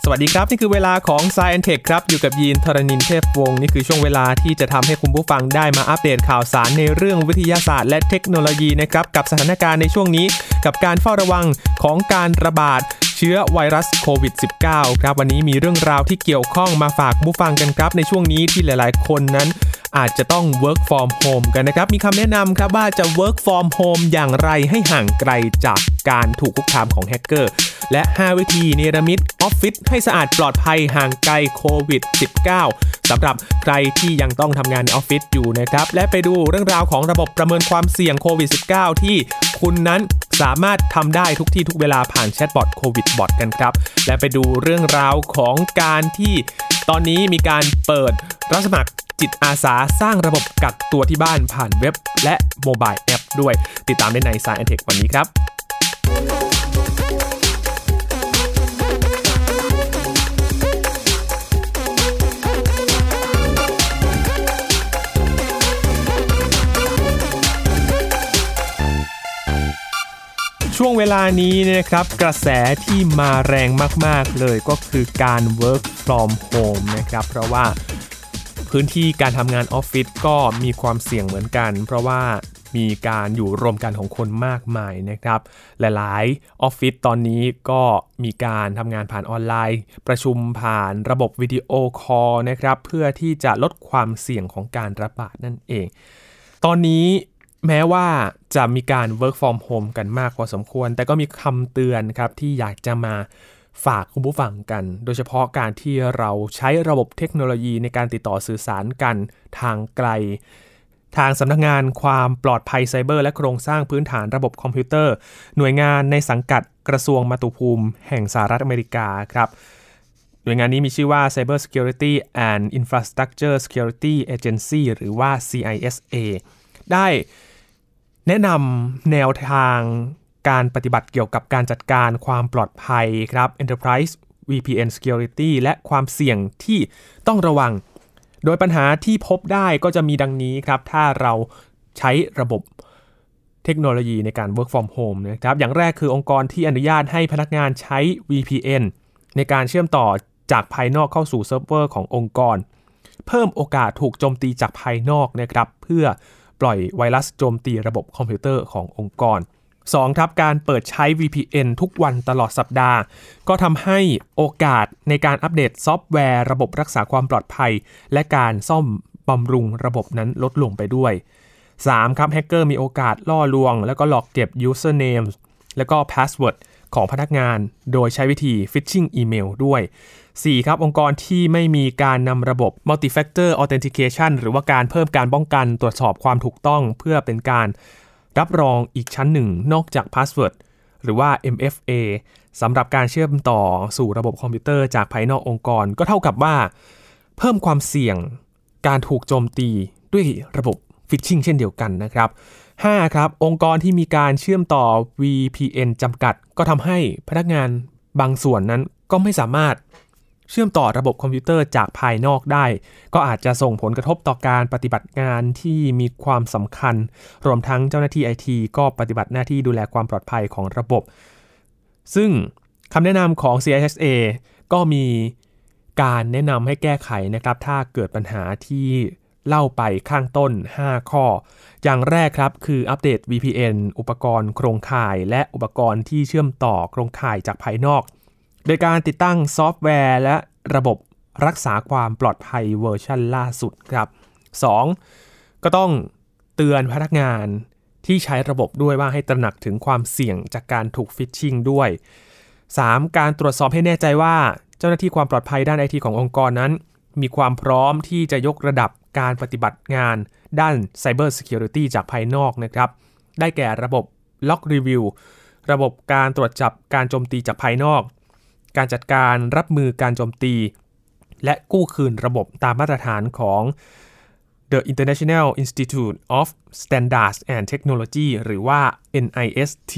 สวัสดีครับนี่คือเวลาของ Science Tech ครับอยู่กับยีน ธรณินทร์ เทพวงศ์นี่คือช่วงเวลาที่จะทำให้คุณผู้ฟังได้มาอัปเดตข่าวสารในเรื่องวิทยาศาสตร์และเทคโนโลยีนะครับกับสถานการณ์ในช่วงนี้กับการเฝ้าระวังของการระบาดเชื้อไวรัสโควิด -19 ครับวันนี้มีเรื่องราวที่เกี่ยวข้องมาฝากผู้ฟังกันครับในช่วงนี้ที่หลายๆคนนั้นอาจจะต้อง work from home กันนะครับมีคำแนะนำครับว่าจะ work from home อย่างไรให้ห่างไกลจากการถูกคุกคามของแฮกเกอร์และ5วิธีเนรมิตออฟฟิศให้สะอาดปลอดภัยห่างไกลโควิด -19 สำหรับใครที่ยังต้องทำงานในออฟฟิศอยู่นะครับและไปดูเรื่องราวของระบบประเมินความเสี่ยงโควิด -19 ที่คุณนั้นสามารถทำได้ทุกที่ทุกเวลาผ่านแชทบอทโควิดบอทกันครับและไปดูเรื่องราวของการที่ตอนนี้มีการเปิดรับสมัครจิตอาสาสร้างระบบกักตัวที่บ้านผ่านเว็บและโมบายแอปด้วยติดตามได้ใน Science Tech วันนี้ครับช่วงเวลานี้นะครับกระแสที่มาแรงมากๆเลยก็คือการ work from home นะครับเพราะว่าพื้นที่การทำงานออฟฟิศก็มีความเสี่ยงเหมือนกันเพราะว่ามีการอยู่รวมกันของคนมากมายนะครับหลายๆออฟฟิศตอนนี้ก็มีการทำงานผ่านออนไลน์ประชุมผ่านระบบวิดีโอคอลนะครับเพื่อที่จะลดความเสี่ยงของการระบาดนั่นเองตอนนี้แม้ว่าจะมีการ work from home กันมากพอสมควรแต่ก็มีคำเตือนครับที่อยากจะมาฝากคุณผู้ฟังกันโดยเฉพาะการที่เราใช้ระบบเทคโนโลยีในการติดต่อสื่อสารกันทางไกลทางสำนักงานความปลอดภัยไซเบอร์และโครงสร้างพื้นฐานระบบคอมพิวเตอร์หน่วยงานในสังกัดกระทรวงมาตุภูมิแห่งสหรัฐอเมริกาครับหน่วยงานนี้มีชื่อว่า Cyber Security and Infrastructure Security Agency หรือว่า CISA ได้แนะนำแนวทางการปฏิบัติเกี่ยวกับการจัดการความปลอดภัยครับ Enterprise VPN Security และความเสี่ยงที่ต้องระวังโดยปัญหาที่พบได้ก็จะมีดังนี้ครับถ้าเราใช้ระบบเทคโนโลยีในการ work from home นะครับอย่างแรกคือองค์กรที่อนุญาตให้พนักงานใช้ VPN ในการเชื่อมต่อจากภายนอกเข้าสู่เซิร์ฟเวอร์ขององค์กรเพิ่มโอกาสถูกโจมตีจากภายนอกนะครับเพื่อปล่อยไวรัสโจมตีระบบคอมพิวเตอร์ขององค์กร 2. ครับการเปิดใช้ VPN ทุกวันตลอดสัปดาห์ก็ทำให้โอกาสในการอัปเดตซอฟต์แวร์ระบบรักษาความปลอดภัยและการซ่อมบำรุงระบบนั้นลดลงไปด้วย 3. ครับแฮกเกอร์มีโอกาสล่อลวงแล้วก็หลอกเก็บ username แล้วก็ password ของพนักงานโดยใช้วิธี phishing อีเมลด้วย 4. ครับองค์กรที่ไม่มีการนำระบบ multi-factor authentication หรือว่าการเพิ่มการป้องกันตรวจสอบความถูกต้องเพื่อเป็นการรับรองอีกชั้นหนึ่งนอกจาก password หรือว่า MFA สำหรับการเชื่อมต่อสู่ระบบคอมพิวเตอร์จากภายนอกองค์กรก็เท่ากับว่าเพิ่มความเสี่ยงการถูกโจมตีด้วยระบบ phishing เช่นเดียวกันนะครับ 5. ครับองค์กรที่มีการเชื่อมต่อ VPN จำกัดก็ทำให้พนักงานบางส่วนนั้นก็ไม่สามารถเชื่อมต่อระบบคอมพิวเตอร์จากภายนอกได้ก็อาจจะส่งผลกระทบต่อการปฏิบัติงานที่มีความสำคัญรวมทั้งเจ้าหน้าที่ IT ก็ปฏิบัติหน้าที่ดูแลความปลอดภัยของระบบซึ่งคำแนะนำของ CISA ก็มีการแนะนำให้แก้ไขนะครับถ้าเกิดปัญหาที่เล่าไปข้างต้น5ข้ออย่างแรกครับคืออัปเดต VPN อุปกรณ์โครงข่ายและอุปกรณ์ที่เชื่อมต่อโครงข่ายจากภายนอกโดยการติดตั้งซอฟต์แวร์และระบบรักษาความปลอดภัยเวอร์ชันล่าสุดครับ 2. ก็ต้องเตือนพนักงานที่ใช้ระบบด้วยว่าให้ตระหนักถึงความเสี่ยงจากการถูกฟิชชิงด้วย 3. การตรวจสอบให้แน่ใจว่าเจ้าหน้าที่ความปลอดภัยด้าน IT ขององค์กรนั้นมีความพร้อมที่จะยกระดับการปฏิบัติงานด้าน Cyber Security จากภายนอกนะครับได้แก่ระบบ Log Review ระบบการตรวจจับการโจมตีจากภายนอกการจัดการรับมือการโจมตีและกู้คืนระบบตามมาตรฐานของ The International Institute of Standards and Technology หรือว่า NIST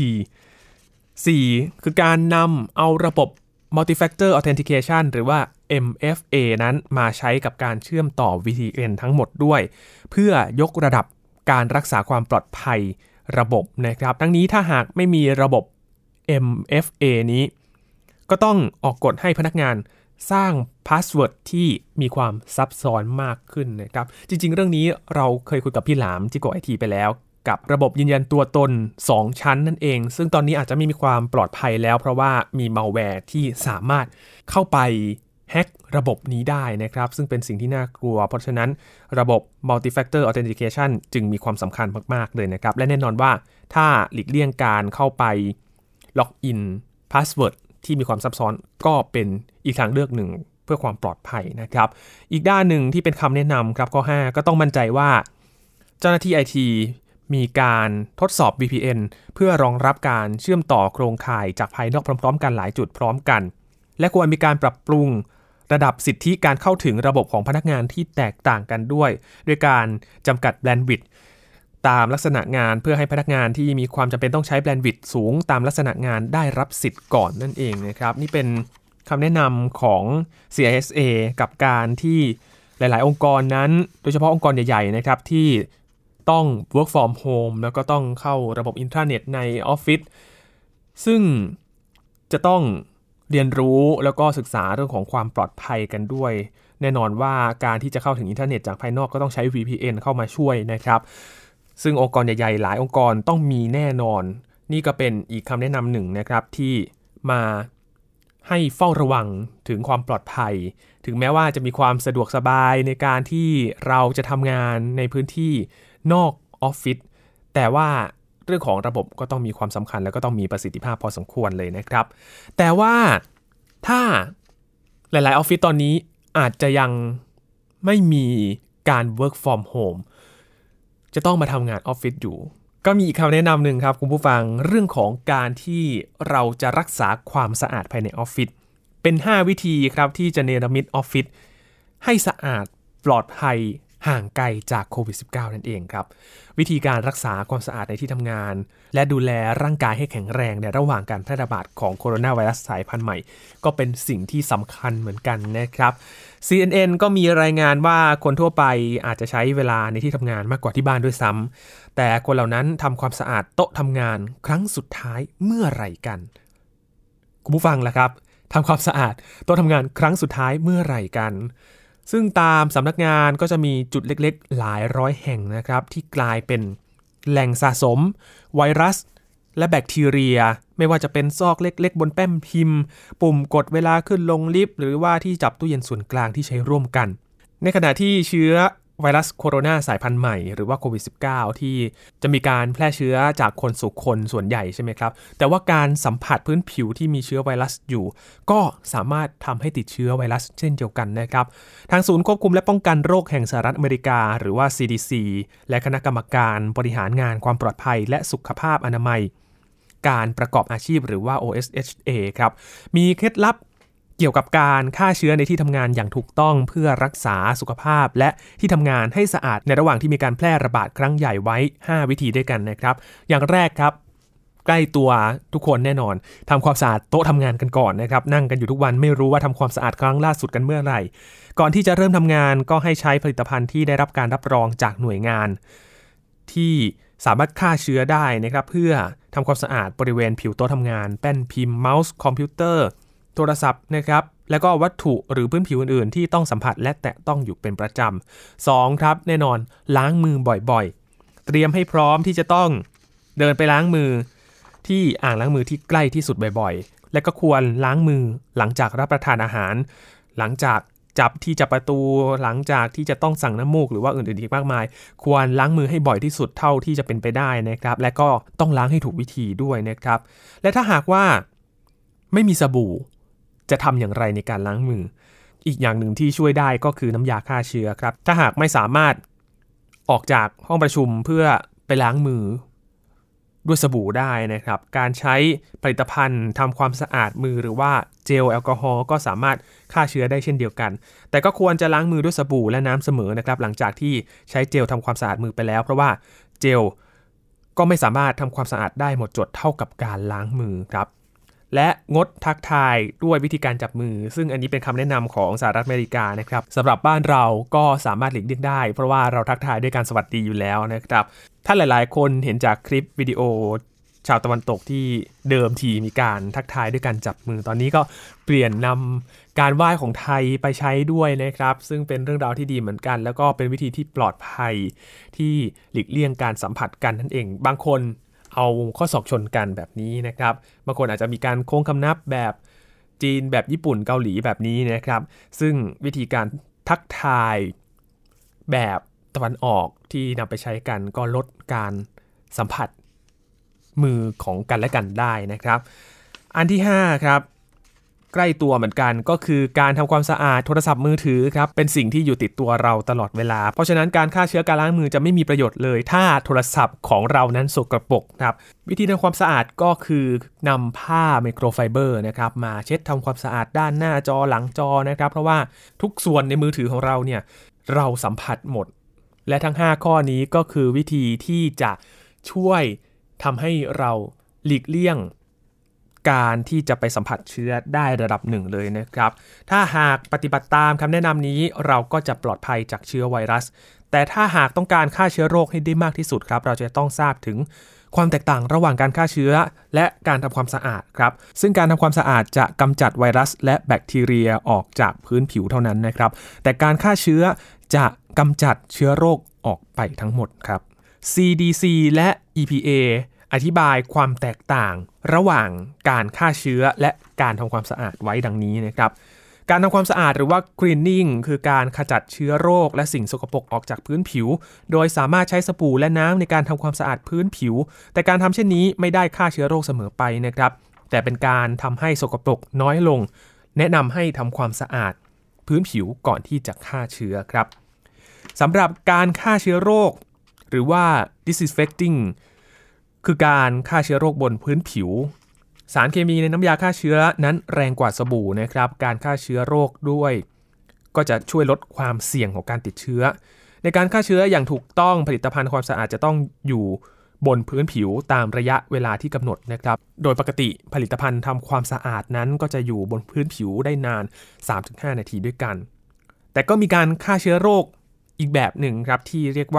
4. คือการนำเอาระบบ Multi-Factor Authentication หรือว่า MFA นั้นมาใช้กับการเชื่อมต่อ VPN ทั้งหมดด้วยเพื่อยกระดับการรักษาความปลอดภัยระบบนะครับทั้งนี้ถ้าหากไม่มีระบบ MFA นี้ก็ต้องออกกฎให้พนักงานสร้างพาสเวิร์ดที่มีความซับซ้อนมากขึ้นนะครับจริงๆเรื่องนี้เราเคยคุยกับพี่หลามที่โกไอทีไปแล้วกับระบบยืนยันตัวตน2ชั้นนั่นเองซึ่งตอนนี้อาจจะไม่มีความปลอดภัยแล้วเพราะว่ามีมัลแวร์ที่สามารถเข้าไปแฮ็กระบบนี้ได้นะครับซึ่งเป็นสิ่งที่น่ากลัวเพราะฉะนั้นระบบ Multi-Factor Authentication จึงมีความสำคัญมากๆเลยนะครับและแน่นอนว่าถ้าหลีกเลี่ยงการเข้าไปล็อกอินพาสเวิร์ดที่มีความซับซ้อนก็เป็นอีกทางเลือกหนึ่งเพื่อความปลอดภัยนะครับอีกด้านหนึ่งที่เป็นคำแนะนำครับข้อ5ก็ต้องมั่นใจว่าเจ้าหน้าที่ IT มีการทดสอบ VPN เพื่อรองรับการเชื่อมต่อโครงข่ายจากภายนอกพร้อมๆกันหลายจุดพร้อมกันและควรมีการปรับปรุงระดับสิทธิการเข้าถึงระบบของพนักงานที่แตกต่างกันด้วยการจำกัดแบนด์วิดท์ตามลักษณะงานเพื่อให้พนักงานที่มีความจำเป็นต้องใช้แบนด์วิดท์สูงตามลักษณะงานได้รับสิทธิ์ก่อนนั่นเองนะครับนี่เป็นคำแนะนำของ CISA กับการที่หลายๆองค์กรนั้นโดยเฉพาะองค์กรใหญ่ๆนะครับที่ต้อง work from home แล้วก็ต้องเข้าระบบอินทราเน็ตในออฟฟิศซึ่งจะต้องเรียนรู้แล้วก็ศึกษาเรื่องของความปลอดภัยกันด้วยแน่นอนว่าการที่จะเข้าถึงอินเทอร์เน็ตจากภายนอกก็ต้องใช้ VPN เข้ามาช่วยนะครับซึ่งองค์กรใหญ่ๆหลายองค์กรต้องมีแน่นอนนี่ก็เป็นอีกคำแนะนำหนึ่งนะครับที่มาให้เฝ้าระวังถึงความปลอดภัยถึงแม้ว่าจะมีความสะดวกสบายในการที่เราจะทำงานในพื้นที่นอกออฟฟิศแต่ว่าเรื่องของระบบก็ต้องมีความสำคัญแล้วก็ต้องมีประสิทธิภาพพอสมควรเลยนะครับแต่ว่าถ้าหลายๆออฟฟิศตอนนี้อาจจะยังไม่มีการ work from home จะต้องมาทำงานออฟฟิศอยู่ก็มีอีกคำแนะนำหนึ่งครับคุณผู้ฟังเรื่องของการที่เราจะรักษาความสะอาดภายในออฟฟิศเป็น5วิธีครับที่จะเนรมิตออฟฟิศให้สะอาดปลอดภัยห่างไกลจากโควิด -19 นั่นเองครับวิธีการรักษาความสะอาดในที่ทำงานและดูแลร่างกายให้แข็งแรงในระหว่างการแพร่ระบาดของโคโรนาไวรัสสายพันธุ์ใหม่ก็เป็นสิ่งที่สำคัญเหมือนกันนะครับ CNN ก็มีรายงานว่าคนทั่วไปอาจจะใช้เวลาในที่ทำงานมากกว่าที่บ้านด้วยซ้ำแต่คนเหล่านั้นทำความสะอาดโต๊ะทำงานครั้งสุดท้ายเมื่อไหร่กันคุณผู้ฟังล่ะครับทำความสะอาดโต๊ะทำงานครั้งสุดท้ายเมื่อไหร่กันซึ่งตามสำนักงานก็จะมีจุดเล็กๆหลายร้อยแห่งนะครับที่กลายเป็นแหล่งสะสมไวรัสและแบคทีเรียไม่ว่าจะเป็นซอกเล็กๆบนแป้นพิมพ์ปุ่มกดเวลาขึ้นลงลิฟต์หรือว่าที่จับตู้เย็นส่วนกลางที่ใช้ร่วมกันในขณะที่เชื้อไวรัสโคโรนาสายพันธุ์ใหม่หรือว่าโควิด -19 ที่จะมีการแพร่เชื้อจากคนสู่คนส่วนใหญ่ใช่ไหมครับแต่ว่าการสัมผัสพื้นผิวที่มีเชื้อไวรัสอยู่ก็สามารถทำให้ติดเชื้อไวรัสเช่นเดียวกันนะครับทางศูนย์ควบคุมและป้องกันโรคแห่งสหรัฐอเมริกาหรือว่า CDC และคณะกรรมการบริหารงานความปลอดภัยและสุขภาพอนามัยการประกอบอาชีพหรือว่า OSHA ครับมีเคล็ดลับเกี่ยวกับการฆ่าเชื้อในที่ทำงานอย่างถูกต้องเพื่อรักษาสุขภาพและที่ทำงานให้สะอาดในระหว่างที่มีการแพร่ระบาดครั้งใหญ่ไว้5วิธีด้วยกันนะครับอย่างแรกครับใกล้ตัวทุกคนแน่นอนทำความสะอาดโต๊ะทำงานกันก่อนนะครับนั่งกันอยู่ทุกวันไม่รู้ว่าทำความสะอาดครั้งล่าสุดกันเมื่อไหร่ก่อนที่จะเริ่มทำงานก็ให้ใช้ผลิตภัณฑ์ที่ได้รับการรับรองจากหน่วยงานที่สามารถฆ่าเชื้อได้นะครับเพื่อทำความสะอาดบริเวณผิวโต๊ะทำงานแป้นพิมพ์เมาส์คอมพิวเตอร์โทรศัพท์นะครับแล้วก็วัตถุหรือพื้นผิวอื่นๆที่ต้องสัมผัสและแตะต้องอยู่เป็นประจำ2ครับแน่นอนล้างมือบ่อยๆเตรียมให้พร้อมที่จะต้องเดินไปล้างมือที่อ่างล้างมือที่ใกล้ที่สุดบ่อยๆและก็ควรล้างมือหลังจากรับประทานอาหารหลังจากจับที่จับประตูหลังจากที่จะต้องสั่งน้ำมูกหรือว่าอื่นๆอีกมากมายควรล้างมือให้บ่อยที่สุดเท่าที่จะเป็นไปได้นะครับและก็ต้องล้างให้ถูกวิธีด้วยนะครับและถ้าหากว่าไม่มีสบู่จะทำอย่างไรในการล้างมืออีกอย่างหนึ่งที่ช่วยได้ก็คือน้ำยาฆ่าเชื้อครับถ้าหากไม่สามารถออกจากห้องประชุมเพื่อไปล้างมือด้วยสบู่ได้นะครับการใช้ผลิตภัณฑ์ทำความสะอาดมือหรือว่าเจลแอลกอฮอล์ก็สามารถฆ่าเชื้อได้เช่นเดียวกันแต่ก็ควรจะล้างมือด้วยสบู่และน้ำเสมอนะครับหลังจากที่ใช้เจลทำความสะอาดมือไปแล้วเพราะว่าเจลก็ไม่สามารถทำความสะอาดได้หมดจดเท่ากับการล้างมือครับและงดทักทายด้วยวิธีการจับมือซึ่งอันนี้เป็นคำแนะนำของสหรัฐอเมริกานะครับสำหรับบ้านเราก็สามารถหลีกเลี่ยงได้เพราะว่าเราทักทายด้วยการสวัสดีอยู่แล้วนะครับถ้าหลายๆคนเห็นจากคลิปวิดีโอชาวตะวันตกที่เดิมทีมีการทักทายด้วยการจับมือตอนนี้ก็เปลี่ยนนำการไหว้ของไทยไปใช้ด้วยนะครับซึ่งเป็นเรื่องราวที่ดีเหมือนกันแล้วก็เป็นวิธีที่ปลอดภัยที่หลีกเลี่ยงการสัมผัสกันนั่นเองบางคนเอาข้อศอกชนกันแบบนี้นะครับบางคนอาจจะมีการโค้งคำนับแบบจีนแบบญี่ปุ่นเกาหลีแบบนี้นะครับซึ่งวิธีการทักทายแบบตะวันออกที่นำไปใช้กันก็ลดการสัมผัสมือของกันและกันได้นะครับอันที่5ครับใกล้ตัวเหมือนกันก็คือการทำความสะอาดโทรศัพท์มือถือครับเป็นสิ่งที่อยู่ติดตัวเราตลอดเวลาเพราะฉะนั้นการฆ่าเชื้อการล้างมือจะไม่มีประโยชน์เลยถ้าโทรศัพท์ของเรานั้นสกปรกครับวิธีทำความสะอาดก็คือนำผ้าไมโครไฟเบอร์นะครับมาเช็ดทำความสะอาดด้านหน้าจอหลังจอนะครับเพราะว่าทุกส่วนในมือถือของเราเนี่ยเราสัมผัสหมดและทั้ง5ข้อนี้ก็คือวิธีที่จะช่วยทำให้เราหลีกเลี่ยงการที่จะไปสัมผัสเชื้อได้ระดับหนึ่งเลยนะครับถ้าหากปฏิบัติตามคำแนะนำนี้เราก็จะปลอดภัยจากเชื้อไวรัสแต่ถ้าหากต้องการฆ่าเชื้อโรคให้ได้มากที่สุดครับเราจะต้องทราบถึงความแตกต่างระหว่างการฆ่าเชื้อและการทำความสะอาดครับซึ่งการทำความสะอาดจะกำจัดไวรัสและแบคทีเรียออกจากพื้นผิวเท่านั้นนะครับแต่การฆ่าเชื้อจะกำจัดเชื้อโรคออกไปทั้งหมดครับ CDC และ EPA อธิบายความแตกต่างระหว่างการฆ่าเชื้อและการทำความสะอาดไว้ดังนี้นะครับการทำความสะอาดหรือว่า cleaning คือการขจัดเชื้อโรคและสิ่งสกปรกออกจากพื้นผิวโดยสามารถใช้สบู่และน้ำในการทำความสะอาดพื้นผิวแต่การทำเช่นนี้ไม่ได้ฆ่าเชื้อโรคเสมอไปนะครับแต่เป็นการทำให้สกปรกน้อยลงแนะนำให้ทำความสะอาดพื้นผิวก่อนที่จะฆ่าเชื้อครับสำหรับการฆ่าเชื้อโรคหรือว่า disinfecting คือการฆ่าเชื้อโรคบนพื้นผิวสารเคมีในน้ำยาฆ่าเชื้อนั้นแรงกว่าสบู่นะครับการฆ่าเชื้อโรคด้วยก็จะช่วยลดความเสี่ยงของการติดเชื้อในการฆ่าเชื้ออย่างถูกต้องผลิตภัณฑ์ความสะอาดจะต้องอยู่บนพื้นผิวตามระยะเวลาที่กำหนดนะครับโดยปกติผลิตภัณฑ์ทำความสะอาดนั้นก็จะอยู่บนพื้นผิวได้นาน 3-5 นาทีด้วยกันแต่ก็มีการฆ่าเชื้อโรคอีกแบบหนึ่งครับที่เรียกว่า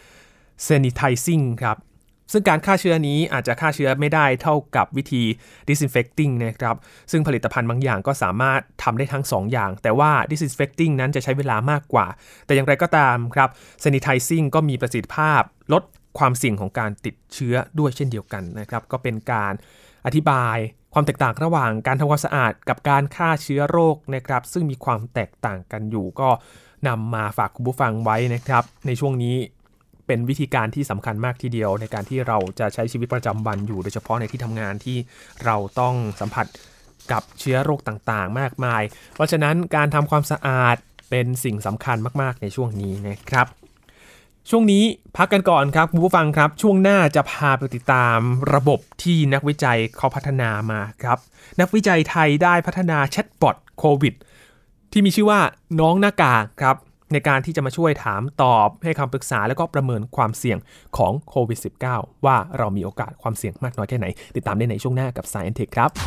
sanitizing ครับซึ่งการฆ่าเชื้อนี้อาจจะฆ่าเชื้อไม่ได้เท่ากับวิธี disinfecting นะครับซึ่งผลิตภัณฑ์บางอย่างก็สามารถทำได้ทั้ง2 อย่างแต่ว่า disinfecting นั้นจะใช้เวลามากกว่าแต่อย่างไรก็ตามครับ sanitizing ก็มีประสิทธิภาพลดความเสี่ยงของการติดเชื้อด้วยเช่นเดียวกันนะครับก็เป็นการอธิบายความแตกต่างระหว่างการทำความสะอาดกับการฆ่าเชื้อโรคนะครับซึ่งมีความแตกต่างกันอยู่ก็นำมาฝากคุณผู้ฟังไว้นะครับในช่วงนี้เป็นวิธีการที่สำคัญมากทีเดียวในการที่เราจะใช้ชีวิตประจำวันอยู่โดยเฉพาะในที่ทำงานที่เราต้องสัมผัสกับเชื้อโรคต่างๆมากมายเพราะฉะนั้นการทำความสะอาดเป็นสิ่งสำคัญมากๆในช่วงนี้นะครับช่วงนี้พักกันก่อนครับคุณผู้ฟังครับช่วงหน้าจะพาไปติดตามระบบที่นักวิจัยเขาพัฒนามาครับนักวิจัยไทยได้พัฒนาแชทบอทโควิดที่มีชื่อว่าน้องหน้ากากครับในการที่จะมาช่วยถามตอบให้คำปรึกษาและก็ประเมินความเสี่ยงของโควิด -19 ว่าเรามีโอกาสความเสี่ยงมากน้อยแค่ไหนติดตามได้ในช่วงหน้ากับ Science Tech ครับ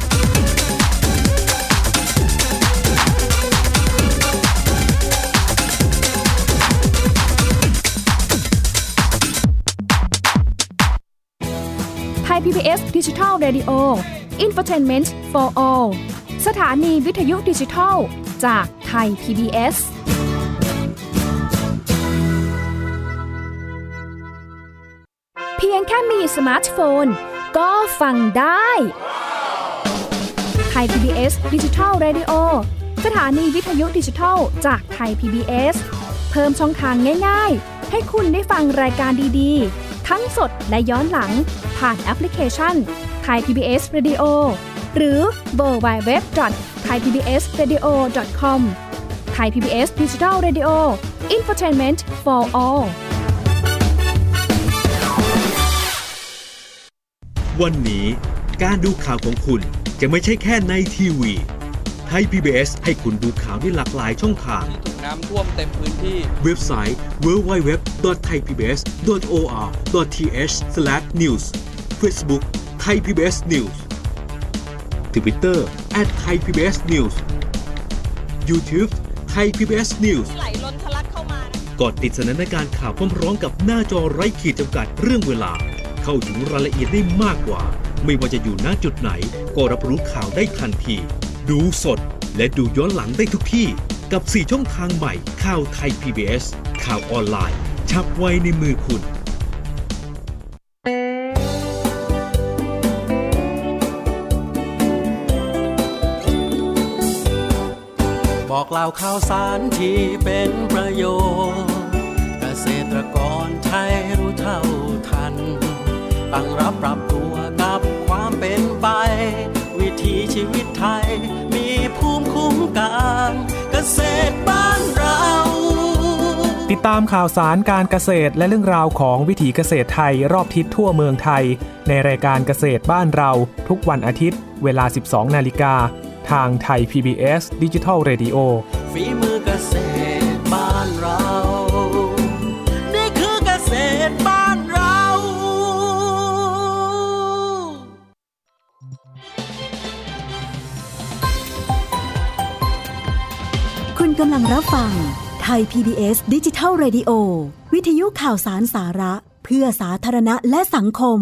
ไทย PBS Digital Radio Infotainment for All สถานีวิทยุดิจิทัลจากไทย PBSเพียงแค่มีสมาร์ทโฟนก็ฟังได้ไทย PBS Digital Radio สถานีวิทยุดิจิทัลจากไทย PBS เพิ่มช่องทางง่ายๆให้คุณได้ฟังรายการดีๆทั้งสดและย้อนหลังผ่านแอปพลิเคชัน Thai PBS Radio หรือ www.thaipbsradio.com Thai PBS Digital Radio Infotainment for All วันนี้การดูข่าวของคุณจะไม่ใช่แค่ในทีวีไทย PBS ให้คุณดูข่าวได้หลากหลายช่องทางถูกน้ำท่วมเต็มพื้นที่เว็บไซต์ www.thaipbs.or.th/news Facebook Thai PBS News Twitter @thaipbsnews YouTube Thai PBS News ไหลล้นทะลักเข้ามานะกดติดสนันในการข่าวพร้อมๆกับหน้าจอไร้ขีดจำกัดเรื่องเวลาเข้าถึงรายละเอียดได้มากกว่าไม่ว่าจะอยู่ณจุดไหนก็รับรู้ข่าวได้ทันทีดูสดและดูย้อนหลังได้ทุกที่กับ4ช่องทางใหม่ข่าวไทย PBS ข่าวออนไลน์ฉับไวในมือคุณบอกเล่าข่าวสารที่เป็นประโยชน์เกษตรกรไทยรู้เท่าทันตั้งรับปรับตัวกับความเป็นไปวิถีชีวิตไทยมีภูมิคุ้มกันเกษตรบ้านเราติดตามข่าวสารการเกษตรและเรื่องราวของวิถีเกษตรไทยรอบทิศทั่วเมืองไทยในรายการเกษตรบ้านเราทุกวันอาทิตย์เวลา 12 นาฬิกาทางไทย PBS Digital Radio ฝีมือเกษตรบ้านเรานี่คือเกษตรบ้านเราคุณกำลังรับฟังไทย PBS Digital Radio วิทยุข่าวสารสาระเพื่อสาธารณะและสังคม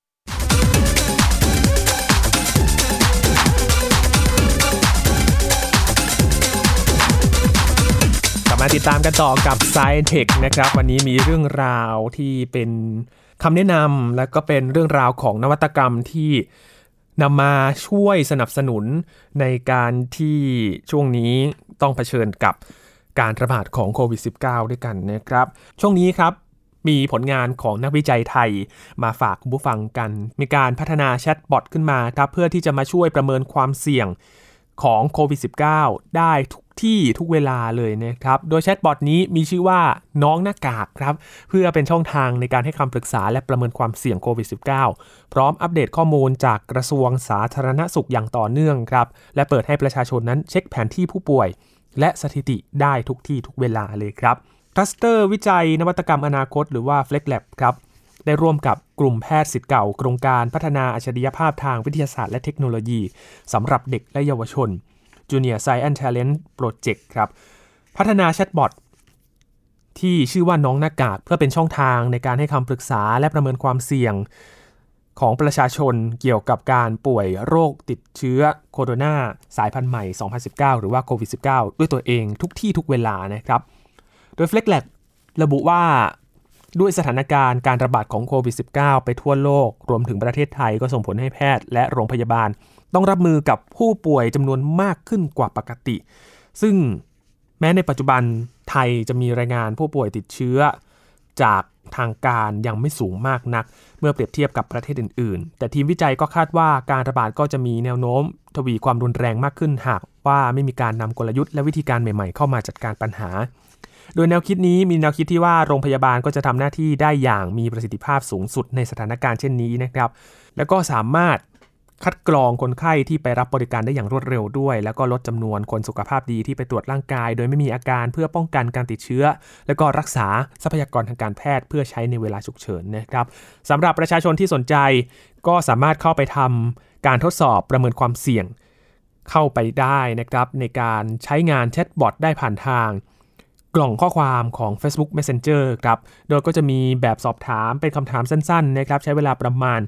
มาติดตามกันต่อกับ Science Tech นะครับวันนี้มีเรื่องราวที่เป็นคำแนะนำและก็เป็นเรื่องราวของนวัตกรรมที่นำมาช่วยสนับสนุนในการที่ช่วงนี้ต้องเผชิญกับการระบาดของโควิด -19 ด้วยกันนะครับช่วงนี้ครับมีผลงานของนักวิจัยไทยมาฝากคุณผู้ฟังกันมีการพัฒนาแชทบอทขึ้นมาครับเพื่อที่จะมาช่วยประเมินความเสี่ยงของโควิด -19 ได้ทุกที่ทุกเวลาเลยนะครับโดยแชทบอทนี้มีชื่อว่าน้องหน้ากากครับเพื่อเป็นช่องทางในการให้คำปรึกษาและประเมินความเสี่ยงโควิด -19 พร้อมอัปเดตข้อมูลจากกระทรวงสาธารณสุขอย่างต่อเนื่องครับและเปิดให้ประชาชนนั้นเช็คแผนที่ผู้ป่วยและสถิติได้ทุกที่ทุกเวลาเลยครับคลัสเตอร์วิจัยนวัตกรรมอนาคตหรือว่า Flex Lab ครับได้ร่วมกับกลุ่มแพทย์ศิษย์เก่าโครงการพัฒนาอัจฉริยภาพทางวิทยาศาสตร์และเทคโนโลยีสำหรับเด็กและเยาวชนJunior Science Talent Project ครับพัฒนาแชทบอทที่ชื่อว่าน้องหน้ากากเพื่อเป็นช่องทางในการให้คำปรึกษาและประเมินความเสี่ยงของประชาชนเกี่ยวกับการป่วยโรคติดเชื้อโคโรนาสายพันธุ์ใหม่ 2019 หรือว่าโควิด -19 ด้วยตัวเองทุกที่ทุกเวลานะครับโดย Flex Lab ระบุว่าด้วยสถานการณ์การระบาดของโควิด -19 ไปทั่วโลกรวมถึงประเทศไทยก็ส่งผลให้แพทย์และโรงพยาบาลต้องรับมือกับผู้ป่วยจำนวนมากขึ้นกว่าปกติซึ่งแม้ในปัจจุบันไทยจะมีรายงานผู้ป่วยติดเชื้อจากทางการยังไม่สูงมากนักเมื่อเปรียบเทียบกับประเทศอื่นๆแต่ทีมวิจัยก็คาดว่าการระบาดก็จะมีแนวโน้มทวีความรุนแรงมากขึ้นหากว่าไม่มีการนำกลยุทธ์และวิธีการใหม่ๆเข้ามาจัดการปัญหาโดยแนวคิดนี้มีแนวคิดที่ว่าโรงพยาบาลก็จะทำหน้าที่ได้อย่างมีประสิทธิภาพสูงสุดในสถานการณ์เช่นนี้นะครับแล้วก็สามารถคัดกรองคนไข้ที่ไปรับบริการได้อย่างรวดเร็วด้วยแล้วก็ลดจำนวนคนสุขภาพดีที่ไปตรวจร่างกายโดยไม่มีอาการเพื่อป้องกันการติดเชื้อแล้วก็รักษาทรัพยากรทางการแพทย์เพื่อใช้ในเวลาฉุกเฉินนะครับสำหรับประชาชนที่สนใจก็สามารถเข้าไปทำการทดสอบประเมินความเสี่ยงเข้าไปได้นะครับในการใช้งานแชทบอทได้ผ่านทางกล่องข้อความของ Facebook Messenger ครับโดยก็จะมีแบบสอบถามเป็นคำถามสั้นๆนะครับใช้เวลาประมาณ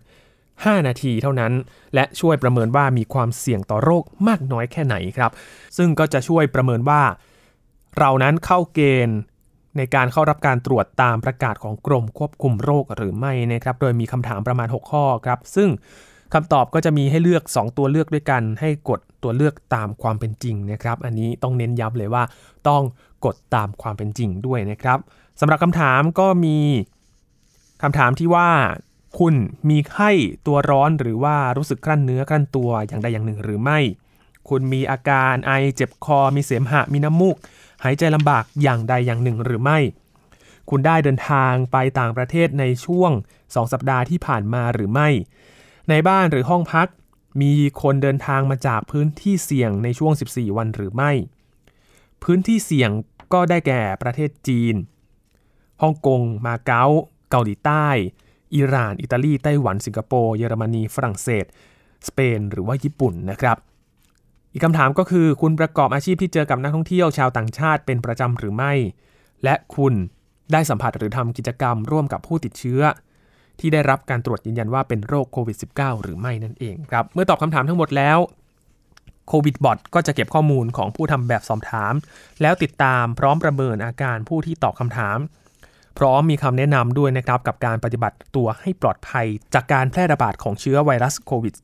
5 นาทีเท่านั้นและช่วยประเมินว่ามีความเสี่ยงต่อโรคมากน้อยแค่ไหนครับซึ่งก็จะช่วยประเมินว่าเรานั้นเข้าเกณฑ์ในการเข้ารับการตรวจตามประกาศของกรมควบคุมโรคหรือไม่นะครับโดยมีคำถามประมาณ6ข้อครับซึ่งคำตอบก็จะมีให้เลือก2ตัวเลือกด้วยกันให้กดตัวเลือกตามความเป็นจริงนะครับอันนี้ต้องเน้นย้ำเลยว่าต้องกดตามความเป็นจริงด้วยนะครับสำหรับคำถามก็มีคำถามที่ว่าคุณมีไข้ตัวร้อนหรือว่ารู้สึกกลั้นเนื้อกลั้นตัวอย่างใดอย่างหนึ่งหรือไม่คุณมีอาการไอเจ็บคอมีเสมหะมีน้ำมูกหายใจลำบากอย่างใดอย่างหนึ่งหรือไม่คุณได้เดินทางไปต่างประเทศในช่วง2 สัปดาห์ที่ผ่านมาหรือไม่ในบ้านหรือห้องพักมีคนเดินทางมาจากพื้นที่เสี่ยงในช่วง14 วันหรือไม่พื้นที่เสี่ยงก็ได้แก่ประเทศจีนฮ่องกงมาเก๊าเกาหลีใต้อิหร่านอิตาลีไต้หวันสิงคโปร์เยอรมนีฝรั่งเศสสเปนหรือว่าญี่ปุ่นนะครับอีกคำถามก็คือคุณประกอบอาชีพที่เจอกับนักท่องเที่ยวชาวต่างชาติเป็นประจำหรือไม่และคุณได้สัมผัสหรือทำกิจกรรมร่วมกับผู้ติดเชื้อที่ได้รับการตรวจยืนยันว่าเป็นโรคโควิด -19 หรือไม่นั่นเองครับเมื่อตอบคำถามทั้งหมดแล้วโควิดบอทก็จะเก็บข้อมูลของผู้ทำแบบสอบถามแล้วติดตามพร้อมประเมินอาการผู้ที่ตอบคำถามพร้อมมีคำแนะนำด้วยนะครับกับการปฏิบัติตัวให้ปลอดภัยจากการแพร่ระบาดของเชื้อไวรัสโควิด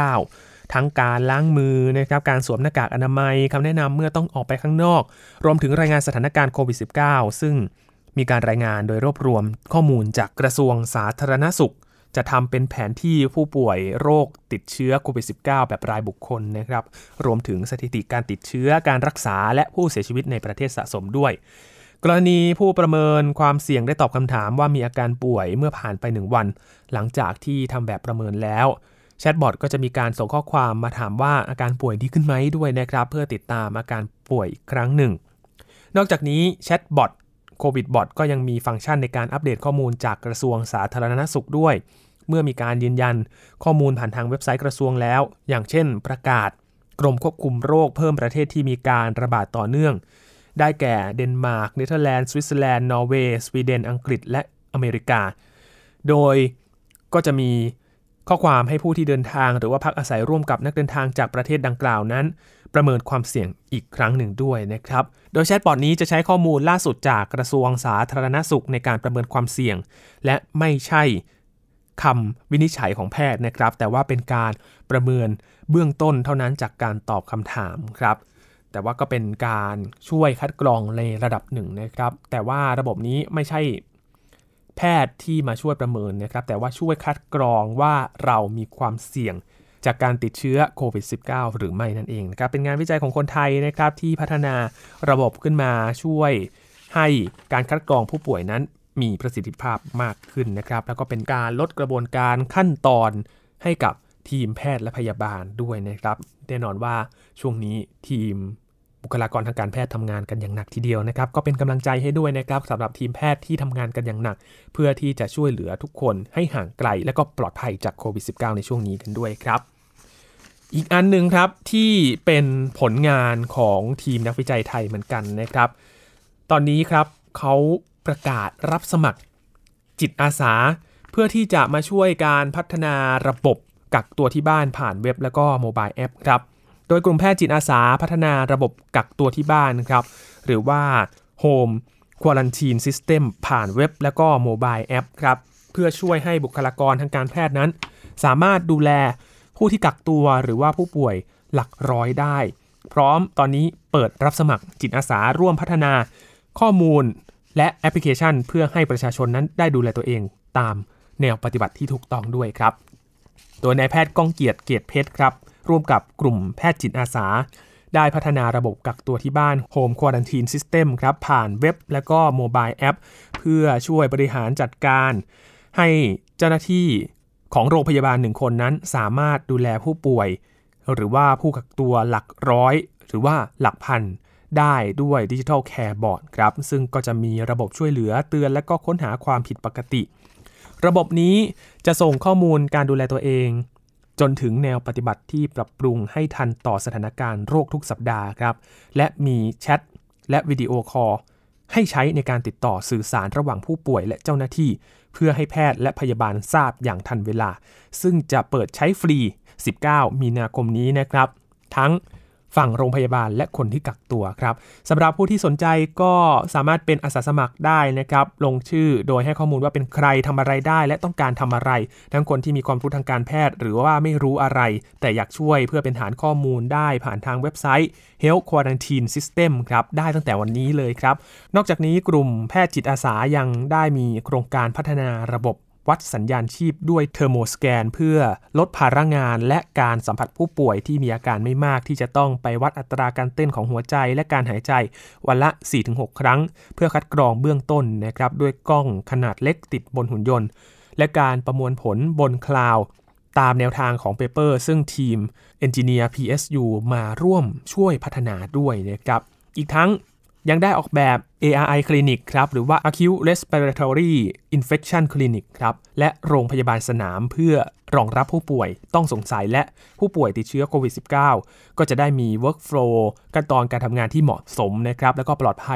-19 ทั้งการล้างมือนะครับการสวมหน้ากากอนามัยคำแนะนำเมื่อต้องออกไปข้างนอกรวมถึงรายงานสถานการณ์โควิด -19 ซึ่งมีการรายงานโดยรวบรวมข้อมูลจากกระทรวงสาธารณสุขจะทำเป็นแผนที่ผู้ป่วยโรคติดเชื้อโควิด -19 แบบรายบุคคลนะครับรวมถึงสถิติการติดเชื้อการรักษาและผู้เสียชีวิตในประเทศสะสมด้วยกรณีผู้ประเมินความเสี่ยงได้ตอบคำถามว่ามีอาการป่วยเมื่อผ่านไป1วันหลังจากที่ทำแบบประเมินแล้วแชทบอทก็จะมีการส่งข้อความมาถามว่าอาการป่วยดีขึ้นไหมด้วยนะครับเพื่อติดตามอาการป่วยอีกครั้งหนึ่งนอกจากนี้แชทบอทโควิดบอทก็ยังมีฟังก์ชันในการอัปเดตข้อมูลจากกระทรวงสาธารณสุขด้วยเมื่อมีการยืนยันข้อมูลผ่านทางเว็บไซต์กระทรวงแล้วอย่างเช่นประกาศกรมควบคุมโรคเพิ่มประเทศที่มีการระบาดต่อเนื่องได้แก่เดนมาร์กเนเธอร์แลนด์สวิตเซอร์แลนด์นอร์เวย์สวีเดนอังกฤษและอเมริกาโดยก็จะมีข้อความให้ผู้ที่เดินทางหรือว่าพักอาศัยร่วมกับนักเดินทางจากประเทศดังกล่าวนั้นประเมินความเสี่ยงอีกครั้งหนึ่งด้วยนะครับโดยแชทบอทนี้จะใช้ข้อมูลล่าสุดจากกระทรวงสาธารณสุขในการประเมินความเสี่ยงและไม่ใช่คำวินิจฉัยของแพทย์นะครับแต่ว่าเป็นการประเมินเบื้องต้นเท่านั้นจากการตอบคำถามครับแต่ว่าก็เป็นการช่วยคัดกรองในระดับหนึ่งนะครับแต่ว่าระบบนี้ไม่ใช่แพทย์ที่มาช่วยประเมินนะครับแต่ว่าช่วยคัดกรองว่าเรามีความเสี่ยงจากการติดเชื้อโควิด -19 หรือไม่นั่นเองนะครับเป็นงานวิจัยของคนไทยนะครับที่พัฒนาระบบขึ้นมาช่วยให้การคัดกรองผู้ป่วยนั้นมีประสิทธิภาพมากขึ้นนะครับแล้วก็เป็นการลดกระบวนการขั้นตอนให้กับทีมแพทย์และพยาบาลด้วยนะครับแน่นอนว่าช่วงนี้ทีมบุคลากรทางการแพทย์ทำงานกันอย่างหนักทีเดียวนะครับก็เป็นกำลังใจให้ด้วยนะครับสำหรับทีมแพทย์ที่ทำงานกันอย่างหนักเพื่อที่จะช่วยเหลือทุกคนให้ห่างไกลและก็ปลอดภัยจากโควิด -19 ในช่วงนี้กันด้วยครับอีกอันนึงครับที่เป็นผลงานของทีมนักวิจัยไทยเหมือนกันนะครับตอนนี้ครับเขาประกาศรับสมัครจิตอาสาเพื่อที่จะมาช่วยการพัฒนาระบบกักตัวที่บ้านผ่านเว็บแล้วก็โมบายแอปครับโดยกลุ่มแพทย์จิตอาสาพัฒนาระบบกักตัวที่บ้านครับหรือว่า Home Quarantine System ผ่านเว็บแล้วก็โมบายแอปครับเพื่อช่วยให้บุคลากรทางการแพทย์นั้นสามารถดูแลผู้ที่กักตัวหรือว่าผู้ป่วยหลักร้อยได้พร้อมตอนนี้เปิดรับสมัครจิตอาสาร่วมพัฒนาข้อมูลและแอปพลิเคชันเพื่อให้ประชาชนนั้นได้ดูแลตัวเองตามแนวปฏิบัติที่ถูกต้องด้วยครับโดยนายแพทย์ก้องเกียรติเกียรติเพชรครับร่วมกับกลุ่มแพทย์จิตอาสาได้พัฒนาระบบกักตัวที่บ้าน Home Quarantine System ครับผ่านเว็บและก็โมบายแอปเพื่อช่วยบริหารจัดการให้เจ้าหน้าที่ของโรงพยาบาล1คนนั้นสามารถดูแลผู้ป่วยหรือว่าผู้กักตัวหลักร้อยหรือว่าหลักพันได้ด้วย Digital Care Board ครับซึ่งก็จะมีระบบช่วยเหลือเตือนและก็ค้นหาความผิดปกติระบบนี้จะส่งข้อมูลการดูแลตัวเองจนถึงแนวปฏิบัติที่ปรับปรุงให้ทันต่อสถานการณ์โรคทุกสัปดาห์ครับและมีแชทและวิดีโอคอลให้ใช้ในการติดต่อสื่อสารระหว่างผู้ป่วยและเจ้าหน้าที่เพื่อให้แพทย์และพยาบาลทราบอย่างทันเวลาซึ่งจะเปิดใช้ฟรี19มีนาคมนี้นะครับทั้งฝั่งโรงพยาบาลและคนที่กักตัวครับสำหรับผู้ที่สนใจก็สามารถเป็นอาสาสมัครได้นะครับลงชื่อโดยให้ข้อมูลว่าเป็นใครทำอะไรได้และต้องการทำอะไรทั้งคนที่มีความรู้ทางการแพทย์หรือว่าไม่รู้อะไรแต่อยากช่วยเพื่อเป็นฐานข้อมูลได้ผ่านทางเว็บไซต์ Health Quarantine System ครับได้ตั้งแต่วันนี้เลยครับนอกจากนี้กลุ่มแพทย์จิตอาสายังได้มีโครงการพัฒนาระบบวัดสัญญาณชีพด้วยเทอร์โมสแกนเพื่อลดภาระงานและการสัมผัสผู้ป่วยที่มีอาการไม่มากที่จะต้องไปวัดอัตราการเต้นของหัวใจและการหายใจวันละ 4-6 ครั้งเพื่อคัดกรองเบื้องต้นนะครับด้วยกล้องขนาดเล็กติดบนหุ่นยนต์และการประมวลผลบนคลาวด์ตามแนวทางของเปเปอร์ซึ่งทีม Engineer PSU มาร่วมช่วยพัฒนาด้วยนะครับอีกทั้งยังได้ออกแบบ ARI Clinic ครับหรือว่า Acute Respiratory Infection Clinic ครับและโรงพยาบาลสนามเพื่อรองรับผู้ป่วยต้องสงสัยและผู้ป่วยติดเชื้อโควิด -19 ก็จะได้มี workflow ขั้นตอนการทำงานที่เหมาะสมนะครับแล้วก็ปลอดภัย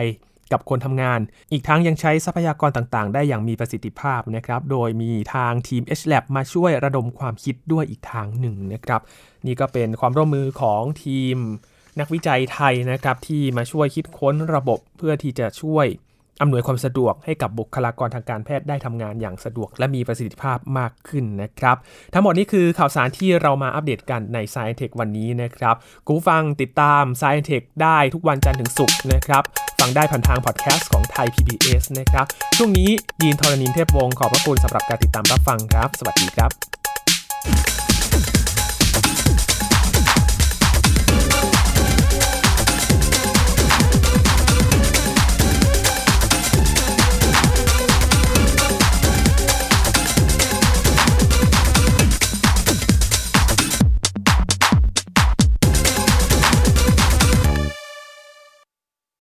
กับคนทำงานอีกทั้งยังใช้ทรัพยากรต่างๆได้อย่างมีประสิทธิภาพนะครับโดยมีทางทีม HLab มาช่วยระดมความคิดด้วยอีกทางหนึ่งนะครับนี่ก็เป็นความร่วมมือของทีมนักวิจัยไทยนะครับที่มาช่วยคิดค้นระบบเพื่อที่จะช่วยอำนวยความสะดวกให้กับบุคลากรทางการแพทย์ได้ทำงานอย่างสะดวกและมีประสิทธิภาพมากขึ้นนะครับทั้งหมดนี้คือข่าวสารที่เรามาอัปเดตกันใน Science Tech วันนี้นะครับคุณผู้ฟังติดตาม Science Tech ได้ทุกวันจันทร์ถึงศุกร์นะครับฟังได้ผ่านทางพอดแคสต์ของไทย PBS นะครับช่วงนี้ยีนทรณินเทพวงศ์ขอบพระคุณสำหรับการติดตามรับฟังครับสวัสดีครับ